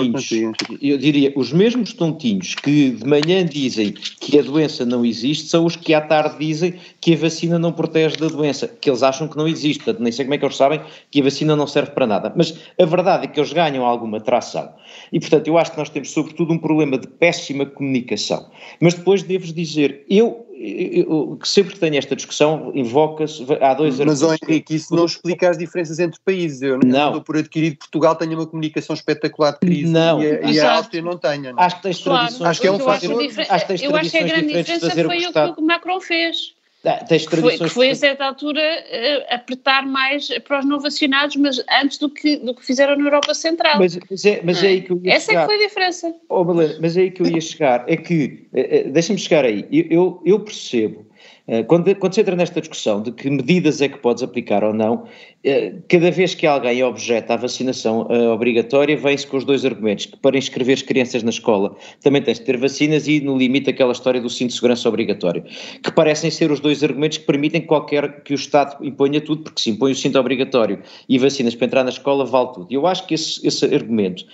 tontinhos que de manhã dizem que a doença não existe, são os que à tarde dizem que a vacina não protege da doença, que eles acham que não existe, portanto nem sei como é que eles sabem que a vacina não serve para nada, mas a verdade é que eles ganham alguma tração. E portanto eu acho que nós temos sobretudo um problema de péssima comunicação. Mas depois devo dizer, eu sempre que tenho esta discussão, invoca-se, há dois argumentos. Mas, Henrique, isso não explica as diferenças entre países. Eu não dou por adquirido que Portugal tenha uma comunicação espetacular de crise e a Áustria não tenha. Não? Acho que tens tradições. Acho que é um fator. Eu acho que a grande diferença foi o que o Macron fez. Que foi a certa altura apertar mais para os não vacinados, mas antes do que fizeram na Europa Central. Mas é aí que eu ia chegar. Essa é que foi a diferença. Malena, mas é aí que eu ia chegar, é que, deixa-me chegar aí, eu percebo, quando se entra nesta discussão de que medidas é que podes aplicar ou não, cada vez que alguém objeta à vacinação obrigatória, vem-se com os dois argumentos, que para inscrever as crianças na escola também tens de ter vacinas e no limite aquela história do cinto de segurança obrigatório, que parecem ser os dois argumentos que permitem que o Estado imponha tudo, porque se impõe o cinto obrigatório e vacinas para entrar na escola, vale tudo. E eu acho que esse argumento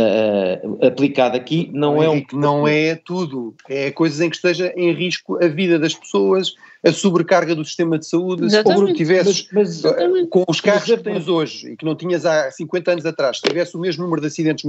aplicado aqui não é Não é tudo, é coisas em que esteja em risco a vida das pessoas, a sobrecarga do sistema de saúde. Exatamente. Se tivesses com os carros que tens hoje e que não tinhas há 50 anos atrás, se tivesse o mesmo número de acidentes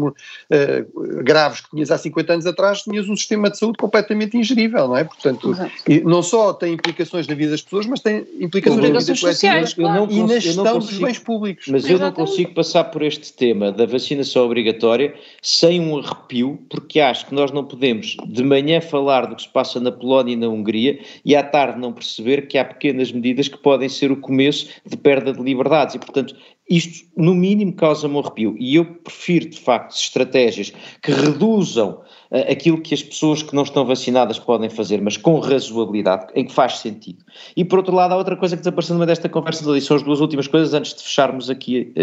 graves que tinhas há 50 anos atrás, tinhas um sistema de saúde completamente ingerível, não é? Portanto, não só tem implicações na vida das pessoas, mas tem implicações na vida sociais, e na gestão dos bens públicos. Mas eu não consigo passar por este tema da vacinação obrigatória sem um arrepio, porque acho que nós não podemos de manhã falar do que se passa na Polónia e na Hungria e à tarde não perceber que há pequenas medidas que podem ser o começo de perda de liberdades e, portanto, isto no mínimo causa-me um arrepio e eu prefiro de facto estratégias que reduzam aquilo que as pessoas que não estão vacinadas podem fazer, mas com razoabilidade, em que faz sentido. E por outro lado há outra coisa que desapareceu no meio desta conversa, são as duas últimas coisas antes de fecharmos aqui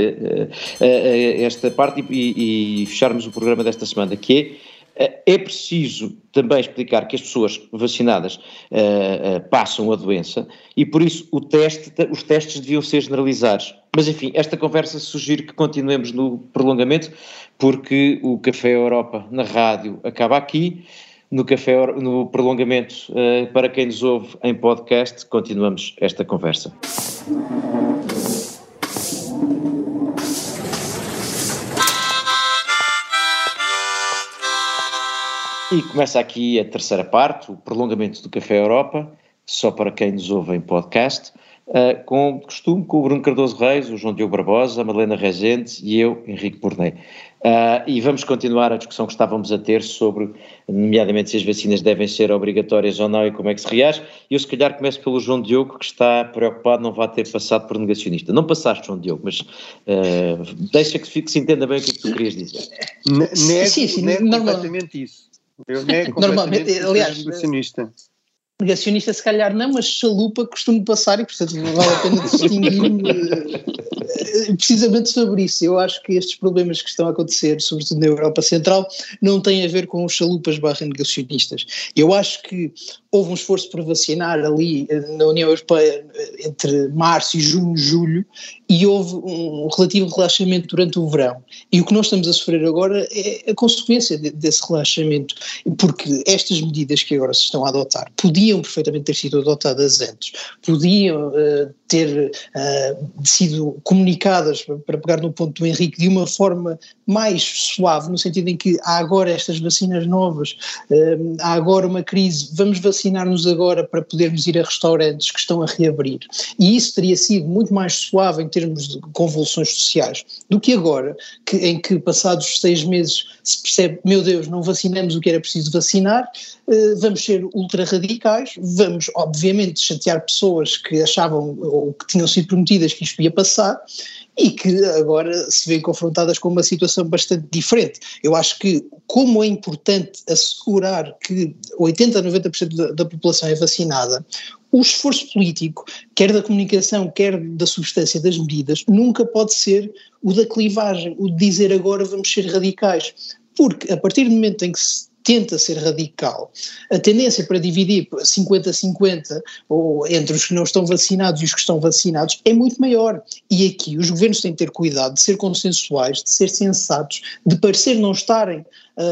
esta parte e fecharmos o programa desta semana, que é preciso também explicar que as pessoas vacinadas passam a doença e por isso os testes deviam ser generalizados. Mas enfim, esta conversa sugiro que continuemos no prolongamento porque o Café Europa na rádio acaba aqui. No prolongamento, para quem nos ouve em podcast, continuamos esta conversa. E começa aqui a terceira parte, o prolongamento do Café Europa, só para quem nos ouve em podcast, com costume, com o Bruno Cardoso Reis, o João Diogo Barbosa, a Madalena Rezende e eu, Henrique Bournet. E vamos continuar a discussão que estávamos a ter sobre, nomeadamente, se as vacinas devem ser obrigatórias ou não e como é que se reage. Eu, se calhar, começo pelo João Diogo, que está preocupado, não vai ter passado por negacionista. Não passaste, João Diogo, mas deixa que se entenda bem o que é que tu querias dizer. Nego completamente isso. Eu nego completamente negacionista. Negacionista se calhar não, mas chalupa costumo passar e portanto vale a pena distinguir precisamente sobre isso. Eu acho que estes problemas que estão a acontecer, sobretudo na Europa Central, não têm a ver com os chalupas / negacionistas. Eu acho que houve um esforço para vacinar ali na União Europeia entre março e junho, julho, e houve um relativo relaxamento durante o verão. E o que nós estamos a sofrer agora é a consequência desse relaxamento, porque estas medidas que agora se estão a adotar podiam perfeitamente ter sido adotadas antes, podiam ter sido comunicadas, para pegar no ponto do Henrique, de uma forma mais suave, no sentido em que há agora estas vacinas novas, há agora uma crise, vamos vacinar-nos agora para podermos ir a restaurantes que estão a reabrir. E isso teria sido muito mais suave em termos de convulsões sociais do que agora, em que passados 6 meses se percebe, meu Deus, não vacinamos o que era preciso vacinar, vamos ser ultra radicais, vamos obviamente chatear pessoas que achavam ou que tinham sido prometidas que isto ia passar e que agora se veem confrontadas com uma situação bastante diferente. Eu acho que, como é importante assegurar que 80 a 90% da população é vacinada, o esforço político, quer da comunicação, quer da substância das medidas, nunca pode ser o da clivagem, o de dizer agora vamos ser radicais, porque a partir do momento em que se tenta ser radical, a tendência para dividir 50-50 ou entre os que não estão vacinados e os que estão vacinados é muito maior. E aqui os governos têm de ter cuidado de ser consensuais, de ser sensatos, de parecer não estarem,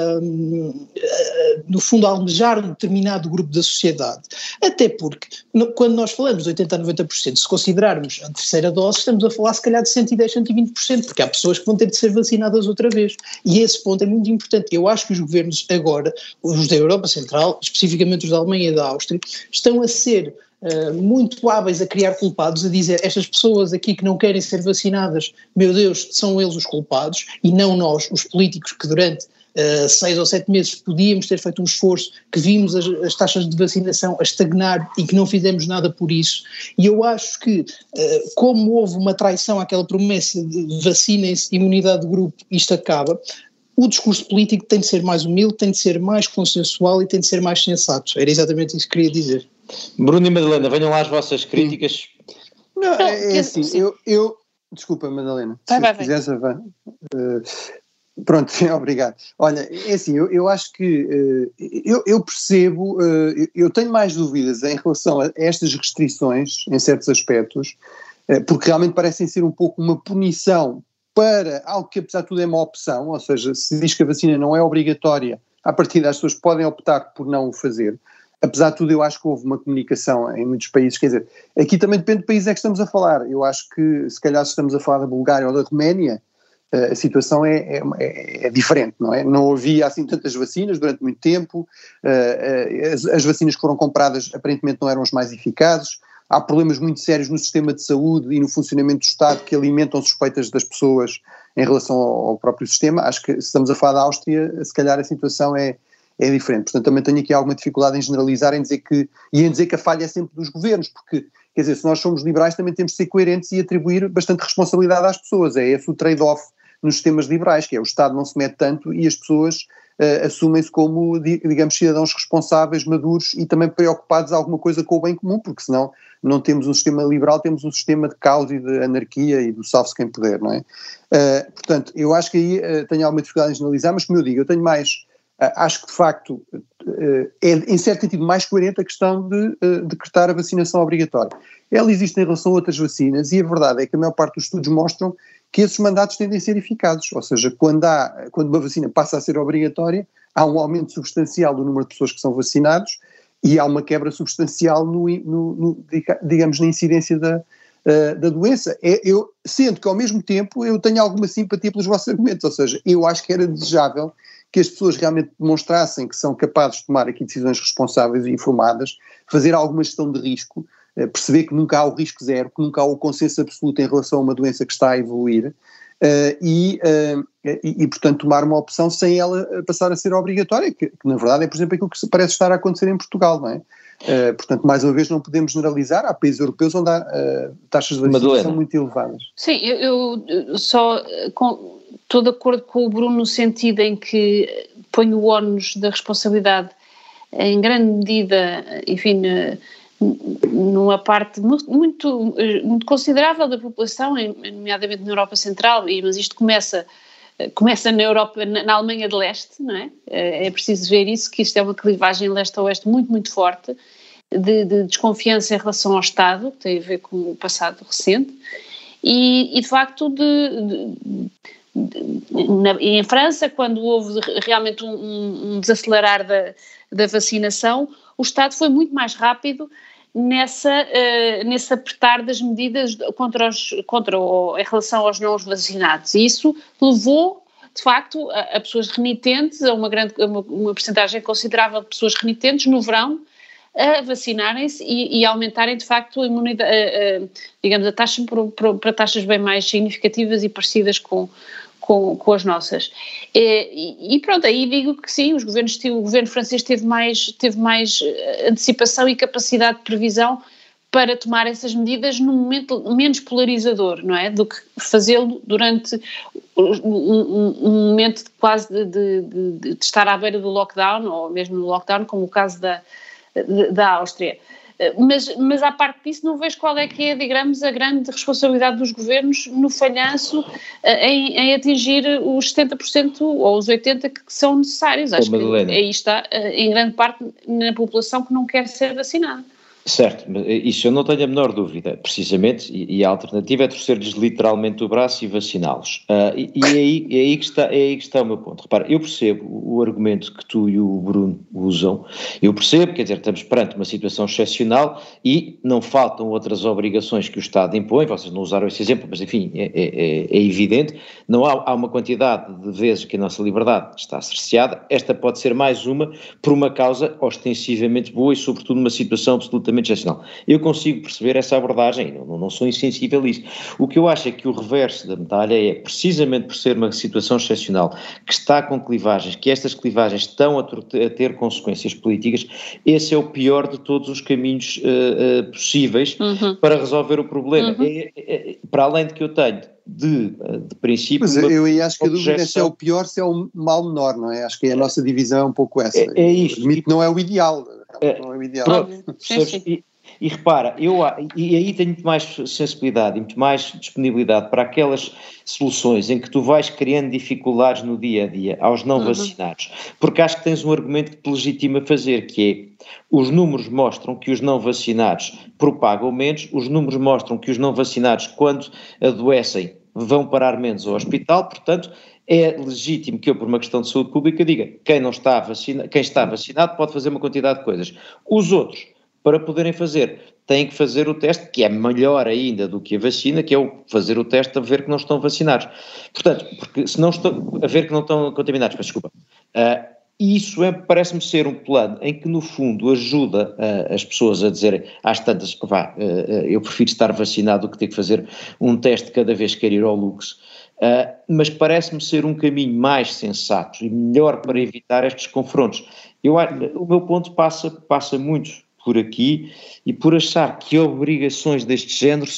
no fundo, a almejar um determinado grupo da sociedade. Até porque, quando nós falamos de 80% a 90%, se considerarmos a terceira dose, estamos a falar se calhar de 110%, 120%, porque há pessoas que vão ter de ser vacinadas outra vez. E esse ponto é muito importante. Eu acho que os governos agora, os da Europa Central, especificamente os da Alemanha e da Áustria, estão a ser muito hábeis a criar culpados, a dizer estas pessoas aqui que não querem ser vacinadas, meu Deus, são eles os culpados e não nós, os políticos, que durante 6 ou 7 meses podíamos ter feito um esforço, que vimos as taxas de vacinação a estagnar e que não fizemos nada por isso. E eu acho que, como houve uma traição àquela promessa de vacinem-se, imunidade de grupo, isto acaba, o discurso político tem de ser mais humilde, tem de ser mais consensual e tem de ser mais sensato. Era exatamente isso que queria dizer. Bruno e Madalena, venham lá as vossas críticas. Não, é assim, eu desculpa, Madalena, se quiseres, pronto, obrigado. Olha, é assim, eu acho que eu percebo, eu tenho mais dúvidas em relação a estas restrições em certos aspectos, porque realmente parecem ser um pouco uma punição para algo que apesar de tudo é uma opção, ou seja, se diz que a vacina não é obrigatória, a partir das pessoas podem optar por não o fazer. Apesar de tudo, eu acho que houve uma comunicação em muitos países, quer dizer, aqui também depende do país é que estamos a falar. Eu acho que, se calhar, se estamos a falar da Bulgária ou da Roménia, a situação é diferente, não é? Não havia assim tantas vacinas durante muito tempo, as vacinas que foram compradas aparentemente não eram as mais eficazes, há problemas muito sérios no sistema de saúde e no funcionamento do Estado que alimentam suspeitas das pessoas em relação ao próprio sistema. Acho que, se estamos a falar da Áustria, se calhar a situação é diferente. Portanto, também tenho aqui alguma dificuldade em generalizar, em dizer que a falha é sempre dos governos, porque, quer dizer, se nós somos liberais também temos de ser coerentes e atribuir bastante responsabilidade às pessoas. É esse o trade-off nos sistemas liberais, que é o Estado não se mete tanto e as pessoas assumem-se como, digamos, cidadãos responsáveis, maduros e também preocupados alguma coisa com o bem comum, porque senão não temos um sistema liberal, temos um sistema de caos e de anarquia e do salve-se quem puder, não é? Portanto, eu acho que aí tenho alguma dificuldade em generalizar, mas como eu digo, eu tenho mais, acho que de facto é em certo sentido mais coerente a questão de decretar a vacinação obrigatória. Ela existe em relação a outras vacinas e a verdade é que a maior parte dos estudos mostram que esses mandatos tendem a ser eficazes, ou seja, quando uma vacina passa a ser obrigatória, há um aumento substancial do número de pessoas que são vacinados e há uma quebra substancial digamos, na incidência da doença. Eu sinto que ao mesmo tempo eu tenho alguma simpatia pelos vossos argumentos, ou seja, eu acho que era desejável que as pessoas realmente demonstrassem que são capazes de tomar aqui decisões responsáveis e informadas, fazer alguma gestão de risco, perceber que nunca há o risco zero, que nunca há o consenso absoluto em relação a uma doença que está a evoluir, e portanto tomar uma opção sem ela passar a ser obrigatória, que na verdade é, por exemplo, aquilo que parece estar a acontecer em Portugal, não é? Portanto, mais uma vez, não podemos generalizar. Há países europeus onde há taxas de vacinação muito elevadas. Sim, eu só estou de acordo com o Bruno no sentido em que ponho o ónus da responsabilidade em grande medida, enfim, numa parte muito considerável da população, nomeadamente na Europa Central, mas isto começa na Europa, na Alemanha de Leste, não é? É preciso ver isso, que isto é uma clivagem leste a oeste muito, muito forte, de desconfiança em relação ao Estado, que tem a ver com o passado recente, e de facto em França, quando houve realmente um desacelerar da vacinação, o Estado foi muito mais rápido nesse apertar das medidas em relação aos não vacinados, e isso levou, de facto, a pessoas renitentes, a uma percentagem considerável de pessoas renitentes no verão, a vacinarem-se e aumentarem, de facto, a imunidade, digamos, a taxa para taxas bem mais significativas e parecidas com as nossas. E pronto, aí digo que sim, o governo francês teve mais antecipação e capacidade de previsão para tomar essas medidas num momento menos polarizador, não é? Do que fazê-lo durante um momento quase de estar à beira do lockdown, ou mesmo no lockdown, como o caso da Áustria. Mas à parte disso não vejo qual é que é, digamos, a grande responsabilidade dos governos no falhanço em atingir os 70% ou os 80% que são necessários. Acho que aí está, em grande parte, na população que não quer ser vacinada. Certo, isso eu não tenho a menor dúvida, precisamente, e a alternativa é torcer-lhes literalmente o braço e vaciná-los. E é aí que está o meu ponto. Repara, eu percebo o argumento que tu e o Bruno usam, eu percebo, quer dizer, estamos perante uma situação excepcional e não faltam outras obrigações que o Estado impõe, vocês não usaram esse exemplo, mas enfim, é evidente, não há uma quantidade de vezes que a nossa liberdade está cerceada, esta pode ser mais uma por uma causa ostensivamente boa e sobretudo numa situação absolutamente excepcional. Eu consigo perceber essa abordagem, não sou insensível a isso. O que eu acho é que o reverso da medalha é, precisamente por ser uma situação excepcional, que está com clivagens, que estas clivagens estão a ter consequências políticas, esse é o pior de todos os caminhos possíveis para resolver o problema. Para além de que eu tenho de princípio... Mas eu acho que a dúvida é se é o pior, se é o mal menor, não é? Acho que a nossa divisão é um pouco essa. É isto. Não é o ideal. Não é o ideal. E repara, e aí tenho muito mais sensibilidade e muito mais disponibilidade para aquelas soluções em que tu vais criando dificuldades no dia-a-dia aos não vacinados, porque acho que tens um argumento que te legitima fazer, que é, os números mostram que os não vacinados propagam menos, os números mostram que os não vacinados, quando adoecem, vão parar menos ao hospital, portanto, é legítimo que eu, por uma questão de saúde pública, diga, quem está vacinado pode fazer uma quantidade de coisas. Os outros, para poderem fazer, têm que fazer o teste, que é melhor ainda do que a vacina, que é fazer o teste a ver que não estão vacinados. Portanto, porque se não estão a ver que não estão contaminados, desculpa. Isso parece-me ser um plano em que, no fundo, ajuda as pessoas a dizerem, às tantas, eu prefiro estar vacinado do que ter que fazer um teste cada vez que quero ir ao Lux. Mas parece-me ser um caminho mais sensato e melhor para evitar estes confrontos. O meu ponto passa muito por aqui e por achar que obrigações deste género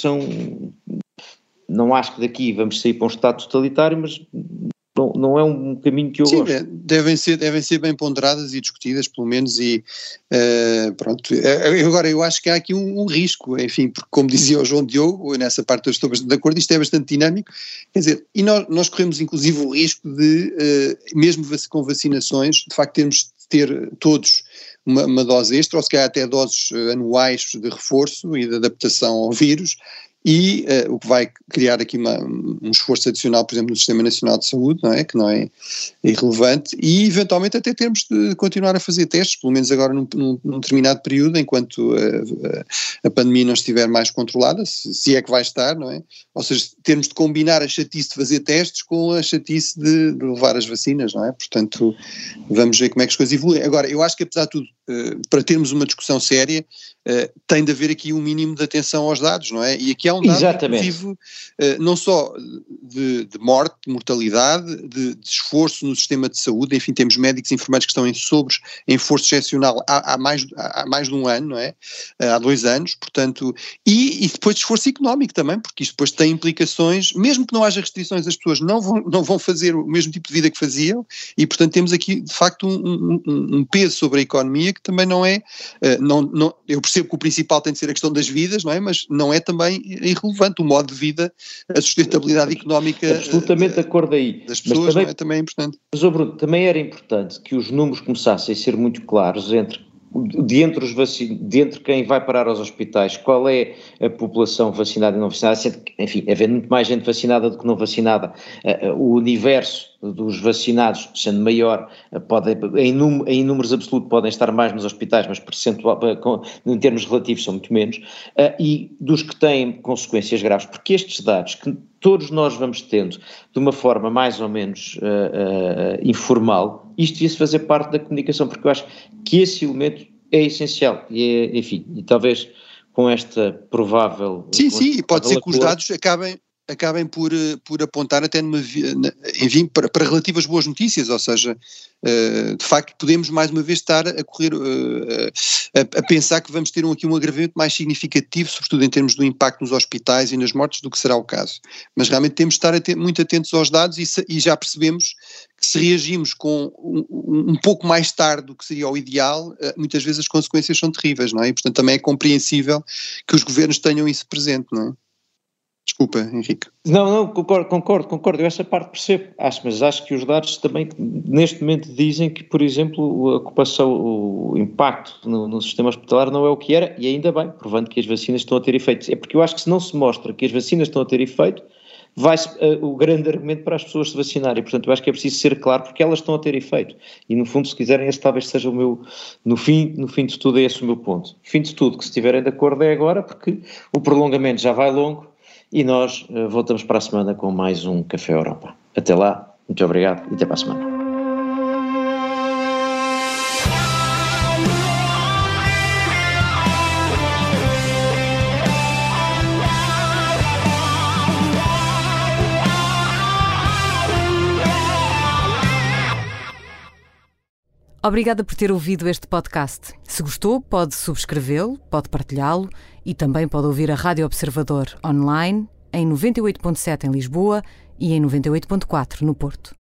não acho que daqui vamos sair para um Estado totalitário, mas não é um caminho que eu gosto. Sim, devem ser bem ponderadas e discutidas, pelo menos, e pronto. Agora, eu acho que há aqui um risco, enfim, porque como dizia o João Diogo, nessa parte eu estou bastante de acordo, isto é bastante dinâmico, quer dizer, e nós corremos inclusive o risco de, mesmo com vacinações, de facto termos de ter todos uma dose extra, ou se calhar até doses anuais de reforço e de adaptação ao vírus, e o que vai criar aqui um esforço adicional, por exemplo, no Sistema Nacional de Saúde, não é? Que não é irrelevante, e eventualmente até termos de continuar a fazer testes, pelo menos agora num determinado período, enquanto a pandemia não estiver mais controlada, se é que vai estar, não é? Ou seja, termos de combinar a chatice de fazer testes com a chatice de levar as vacinas, não é? Portanto, vamos ver como é que as coisas evoluem. Agora, eu acho que apesar de tudo, para termos uma discussão séria, tem de haver aqui um mínimo de atenção aos dados, não é? E aqui há um dado, inclusive, não só de morte, de mortalidade, de esforço no sistema de saúde, enfim, temos médicos e enfermeiros que estão em esforço excepcional há mais de um ano, não é? Há 2 anos, portanto, e depois de esforço económico também, porque isto depois tem implicações, mesmo que não haja restrições, as pessoas não vão fazer o mesmo tipo de vida que faziam, e portanto temos aqui de facto um peso sobre a economia que também não é, eu percebo que o principal tem de ser a questão das vidas, não é? Mas não é também irrelevante o modo de vida, a sustentabilidade económica absolutamente de acordo aí. Das pessoas, também, não é? Também é importante. Mas, Bruno, também era importante que os números começassem a ser muito claros entre quem vai parar aos hospitais, qual é a população vacinada e não vacinada, enfim, havendo muito mais gente vacinada do que não vacinada, o universo dos vacinados sendo maior, em números absolutos podem estar mais nos hospitais, mas em termos relativos são muito menos, e dos que têm consequências graves, porque estes dados que todos nós vamos tendo de uma forma mais ou menos informal, isto devia-se fazer parte da comunicação, porque eu acho que esse elemento é essencial, enfim, e talvez com esta provável... Sim, e pode ser que os dados acabem por apontar até enfim, para relativas boas notícias, ou seja, de facto podemos mais uma vez estar a correr, a pensar que vamos ter aqui um agravamento mais significativo, sobretudo em termos do impacto nos hospitais e nas mortes, do que será o caso. Mas realmente temos de estar muito atentos aos dados e já percebemos que se reagimos com um pouco mais tarde do que seria o ideal, muitas vezes as consequências são terríveis, não é? E portanto também é compreensível que os governos tenham isso presente, não é? Desculpa, Henrique. Não, concordo, eu essa parte percebo, mas acho que os dados também neste momento dizem que, por exemplo, a ocupação, o impacto no sistema hospitalar não é o que era, e ainda bem, provando que as vacinas estão a ter efeito. É porque eu acho que se não se mostra que as vacinas estão a ter efeito, vai-se o grande argumento para as pessoas se vacinarem, portanto eu acho que é preciso ser claro porque elas estão a ter efeito, e no fundo se quiserem esse talvez seja o meu, no fim de tudo é esse o meu ponto. No fim de tudo, que se estiverem de acordo é agora, porque o prolongamento já vai longo, e nós voltamos para a semana com mais um Café Europa. Até lá, muito obrigado e até para a semana. Obrigada por ter ouvido este podcast. Se gostou, pode subscrevê-lo, pode partilhá-lo e também pode ouvir a Rádio Observador online em 98.7 em Lisboa e em 98.4 no Porto.